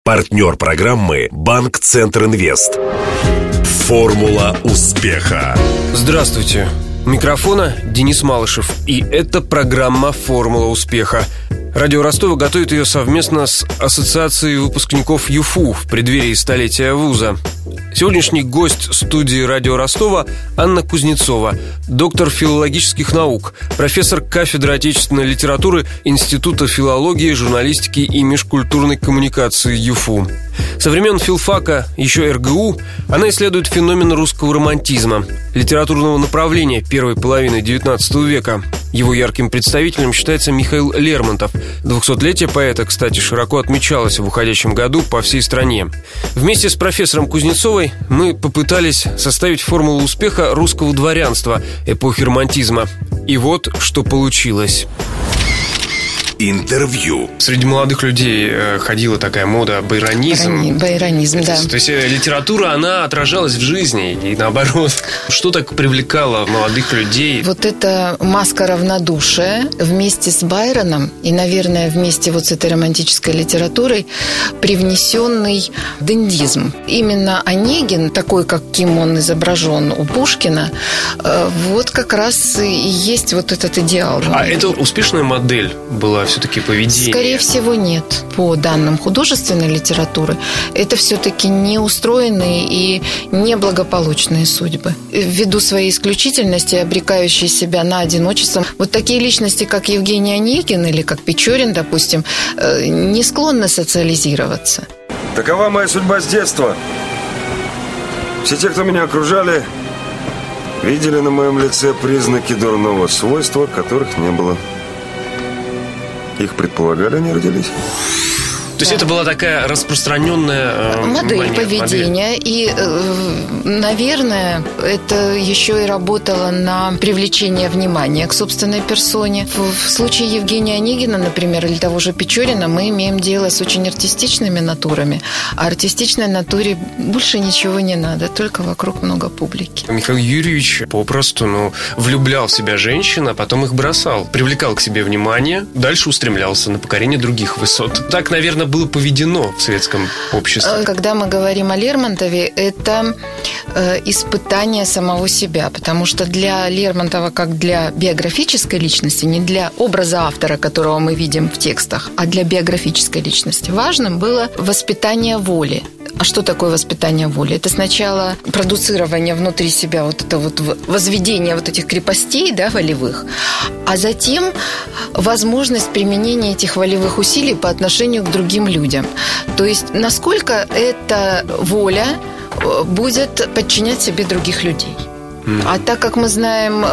Партнер программы «Банк Центр Инвест». Формула успеха. Здравствуйте. У микрофона Денис Малышев. И это программа «Формула успеха». Радио Ростова готовит ее совместно с Ассоциацией выпускников ЮФУ в преддверии столетия вуза. Сегодняшний гость студии Радио Ростова Анна Кузнецова, доктор филологических наук, профессор кафедры отечественной литературы Института филологии, журналистики и межкультурной коммуникации ЮФУ. Со времен филфака, еще РГУ, она исследует феномен русского романтизма, литературного направления первой половины XIX века. Его ярким представителем считается Михаил Лермонтов. 200-летие поэта, кстати, широко отмечалось в уходящем году по всей стране. Вместе с профессором Кузнецовой мы попытались составить формулу успеха русского дворянства эпохи романтизма. И вот что получилось. Интервью. Среди молодых людей ходила такая мода байронизм. Байронизм, да. То есть литература, она отражалась в жизни и наоборот. Что так привлекало молодых людей? Вот эта маска равнодушия вместе с Байроном и, наверное, вместе вот с этой романтической литературой привнесенный дендизм. Именно Онегин, такой, каким он изображен у Пушкина, вот как раз и есть вот этот идеал. А это успешная модель была все-таки поведение? Скорее всего, нет. По данным художественной литературы, это все-таки неустроенные и неблагополучные судьбы. Ввиду своей исключительности, обрекающие себя на одиночество, вот такие личности, как Евгений Онегин или как Печорин, допустим, не склонны социализироваться. Такова моя судьба с детства. Все те, кто меня окружали, видели на моем лице признаки дурного свойства, которых не было. Их предполагали, они родились. То есть это была такая распространенная модель поведения. И, наверное, это еще и работало на привлечение внимания к собственной персоне. В случае Евгения Онегина, например, или того же Печорина, мы имеем дело с очень артистичными натурами. А артистичной натуре больше ничего не надо, только вокруг много публики. Михаил Юрьевич попросту влюблял в себя женщин, а потом их бросал. Привлекал к себе внимание, дальше устремлялся на покорение других высот. Так, наверное, было поведено в советском обществе. Когда мы говорим о Лермонтове, это испытание самого себя, потому что для Лермонтова, как для биографической личности, не для образа автора, которого мы видим в текстах, а для биографической личности, важным было воспитание воли. А что такое воспитание воли? Это сначала продуцирование внутри себя, вот это вот возведение вот этих крепостей, да, волевых, а затем возможность применения этих волевых усилий по отношению к другим людям. То есть насколько эта воля будет подчинять себе других людей. А так как мы знаем,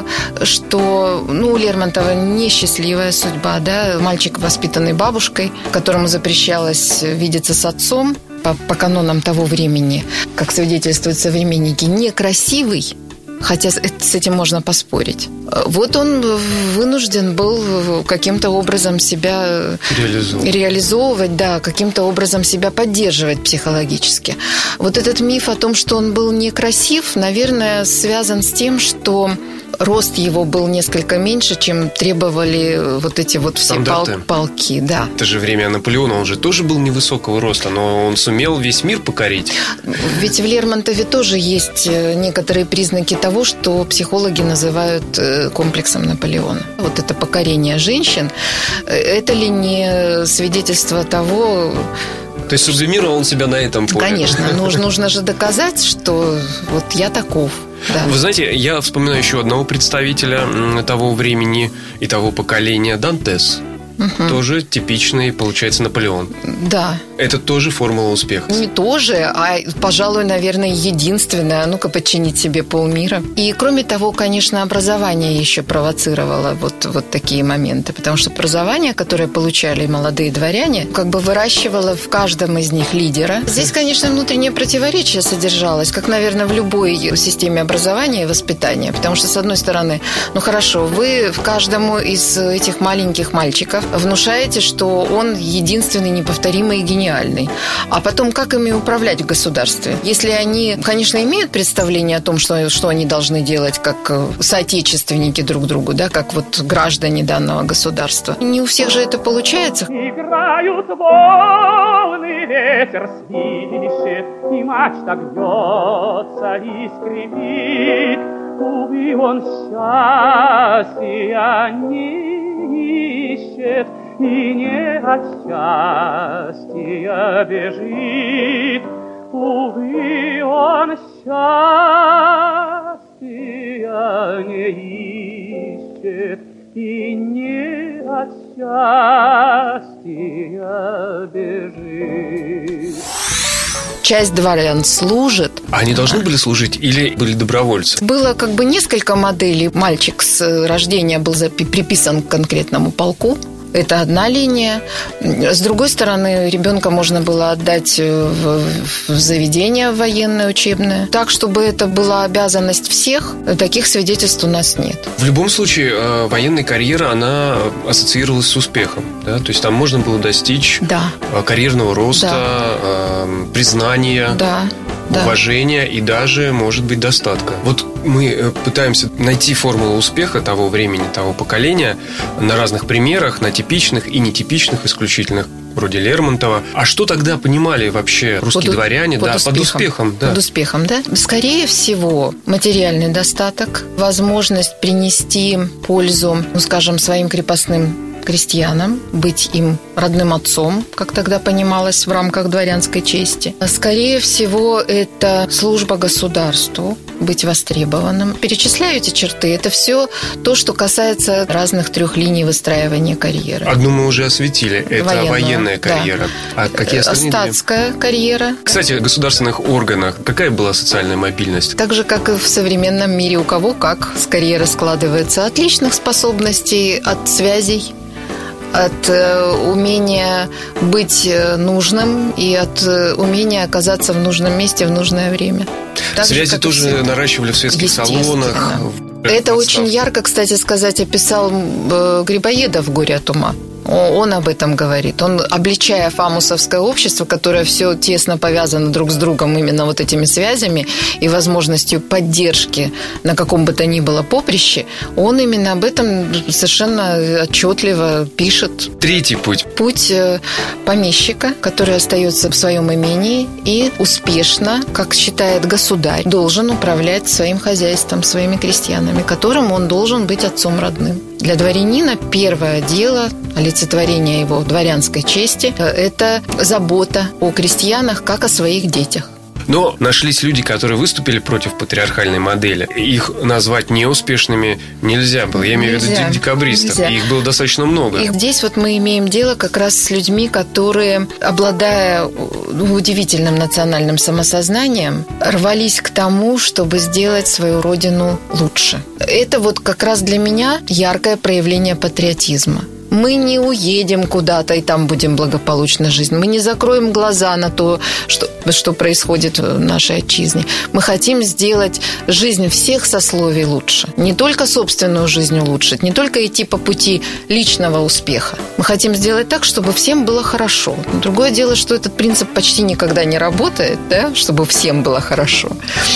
что у Лермонтова несчастливая судьба, да, мальчик, воспитанный бабушкой, которому запрещалось видеться с отцом, по канонам того времени, как свидетельствуют современники, некрасивый, хотя с этим можно поспорить. Вот он вынужден был каким-то образом себя реализовывать, да, каким-то образом себя поддерживать психологически. Вот этот миф о том, что он был некрасив, наверное, связан с тем, что рост его был несколько меньше, чем требовали вот эти вот все полки. Да. Это же время Наполеона, он же тоже был невысокого роста, но он сумел весь мир покорить. Ведь в Лермонтове тоже есть некоторые признаки того, что психологи называют комплексом Наполеона. Вот это покорение женщин, это ли не свидетельство того... То есть сублимировал он себя на этом поле? Конечно, нужно же доказать, что вот я таков. Да. Вы знаете, я вспоминаю еще одного представителя того времени и того поколения, Дантес. Тоже типичный, получается, Наполеон. Да. Это тоже формула успеха. Не тоже, а, пожалуй, наверное, единственная. Ну-ка, подчинить себе полмира. И, кроме того, конечно, образование еще провоцировало вот такие моменты. Потому что образование, которое получали молодые дворяне, как бы выращивало в каждом из них лидера. Здесь, конечно, внутреннее противоречие содержалось, как, наверное, в любой системе образования и воспитания. Потому что, с одной стороны, хорошо, вы в каждому из этих маленьких мальчиков внушаете, что он единственный, неповторимый и гениальный. гениальный. А потом, как ими управлять в государстве? Если они, конечно, имеют представление о том, что они должны делать как соотечественники друг другу, да, как вот граждане данного государства. Не у всех же это получается. Играют волны, ветер свищет, и мачта гнется и скрипит. Увы, он счастья не ищет, и не от счастья бежит. Увы, он счастья не ищет, и не от счастья бежит. Часть дворян служит. Они должны были служить или были добровольцы? Было как бы несколько моделей. Мальчик с рождения был приписан к конкретному полку. Это одна линия. С другой стороны, ребенка можно было отдать в заведение военное, учебное. Так, чтобы это была обязанность всех, таких свидетельств у нас нет. В любом случае, военная карьера, она ассоциировалась с успехом. Да? То есть там можно было достичь карьерного роста, признания, уважения и даже, может быть, достатка. Вот мы пытаемся найти формулу успеха того времени, того поколения на разных примерах, на типичных и нетипичных, исключительных, вроде Лермонтова. А что тогда понимали вообще русские дворяне? Под успехом. Под успехом, да? Скорее всего, материальный достаток, возможность принести пользу, скажем, своим крепостным крестьянам, быть им родным отцом, как тогда понималось в рамках дворянской чести. Скорее всего, это служба государству, быть востребованным. Перечисляю эти черты. Это все то, что касается разных трех линий выстраивания карьеры. Одну мы уже осветили. Это военная карьера. Да. А какие остальные? Статская карьера. Кстати, в государственных органах какая была социальная мобильность? Так же, как и в современном мире. У кого как карьера складывается. От личных способностей, от связей, от умения быть нужным и от умения оказаться в нужном месте в нужное время. Так связи тоже наращивали в светских салонах. Это очень ярко, кстати сказать, описал Грибоедов в «Горе от ума». Он об этом говорит. Он, обличая фамусовское общество, которое все тесно повязано друг с другом именно вот этими связями и возможностью поддержки на каком бы то ни было поприще, он именно об этом совершенно отчетливо пишет. Третий путь. Путь помещика, который остается в своем имении и успешно, как считает государь, должен управлять своим хозяйством, своими крестьянами, которым он должен быть отцом родным. Для дворянина первое дело, олицетворение его дворянской чести, это забота о крестьянах, как о своих детях. Но нашлись люди, которые выступили против патриархальной модели. Их назвать неуспешными нельзя было. Я имею в виду декабристов. И их было достаточно много. И здесь вот мы имеем дело как раз с людьми, которые, обладая удивительным национальным самосознанием, рвались к тому, чтобы сделать свою родину лучше. Это вот как раз для меня яркое проявление патриотизма. Мы не уедем куда-то и там будем благополучно жить. Мы не закроем глаза на то, что происходит в нашей отчизне. Мы хотим сделать жизнь всех сословий лучше. Не только собственную жизнь улучшить, не только идти по пути личного успеха. Мы хотим сделать так, чтобы всем было хорошо. Другое дело, что этот принцип почти никогда не работает, да? Чтобы всем было хорошо.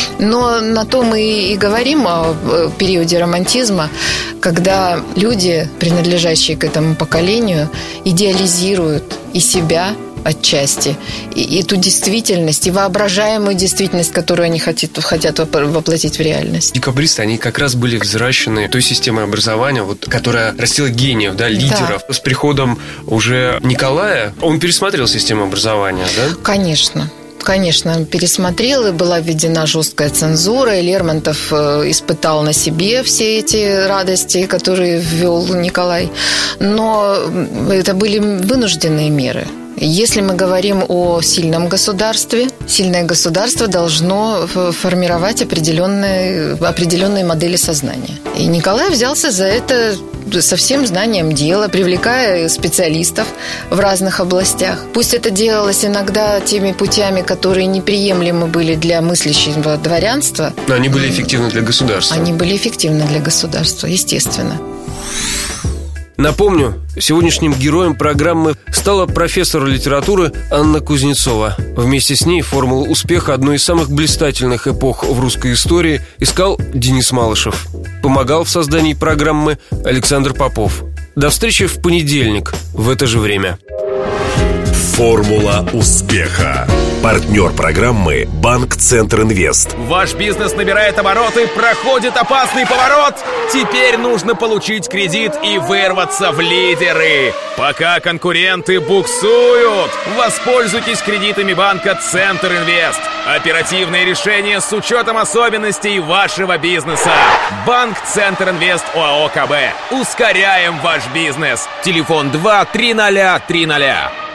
Но на то мы и говорим о периоде романтизма, когда люди, принадлежащие к этому поколению, идеализируют и себя отчасти, и эту действительность, и воображаемую действительность, которую они хотят воплотить в реальность. Декабристы, они как раз были взращены той системой образования, которая растила гениев, лидеров. Да. С приходом уже Николая он пересмотрел систему образования, да? Конечно, пересмотрел, и была введена жесткая цензура, и Лермонтов испытал на себе все эти радости, которые ввел Николай. Но это были вынужденные меры. Если мы говорим о сильном государстве, сильное государство должно формировать определенные модели сознания. И Николай взялся за это со всем знанием дела, привлекая специалистов в разных областях. Пусть это делалось иногда теми путями, которые неприемлемы были для мыслящего дворянства. Но они были эффективны для государства. Они были эффективны для государства, естественно. Напомню, сегодняшним героем программы стала профессор литературы Анна Кузнецова. Вместе с ней формулу успеха одной из самых блистательных эпох в русской истории искал Денис Малышев. Помогал в создании программы Александр Попов. До встречи в понедельник в это же время. Формула успеха. Партнер программы «Банк Центр Инвест». Ваш бизнес набирает обороты, проходит опасный поворот. Теперь нужно получить кредит и вырваться в лидеры. Пока конкуренты буксуют, воспользуйтесь кредитами банка Центр Инвест. Оперативные решения с учетом особенностей вашего бизнеса. Банк Центр Инвест ОАО КБ. Ускоряем ваш бизнес. Телефон 2 300 300.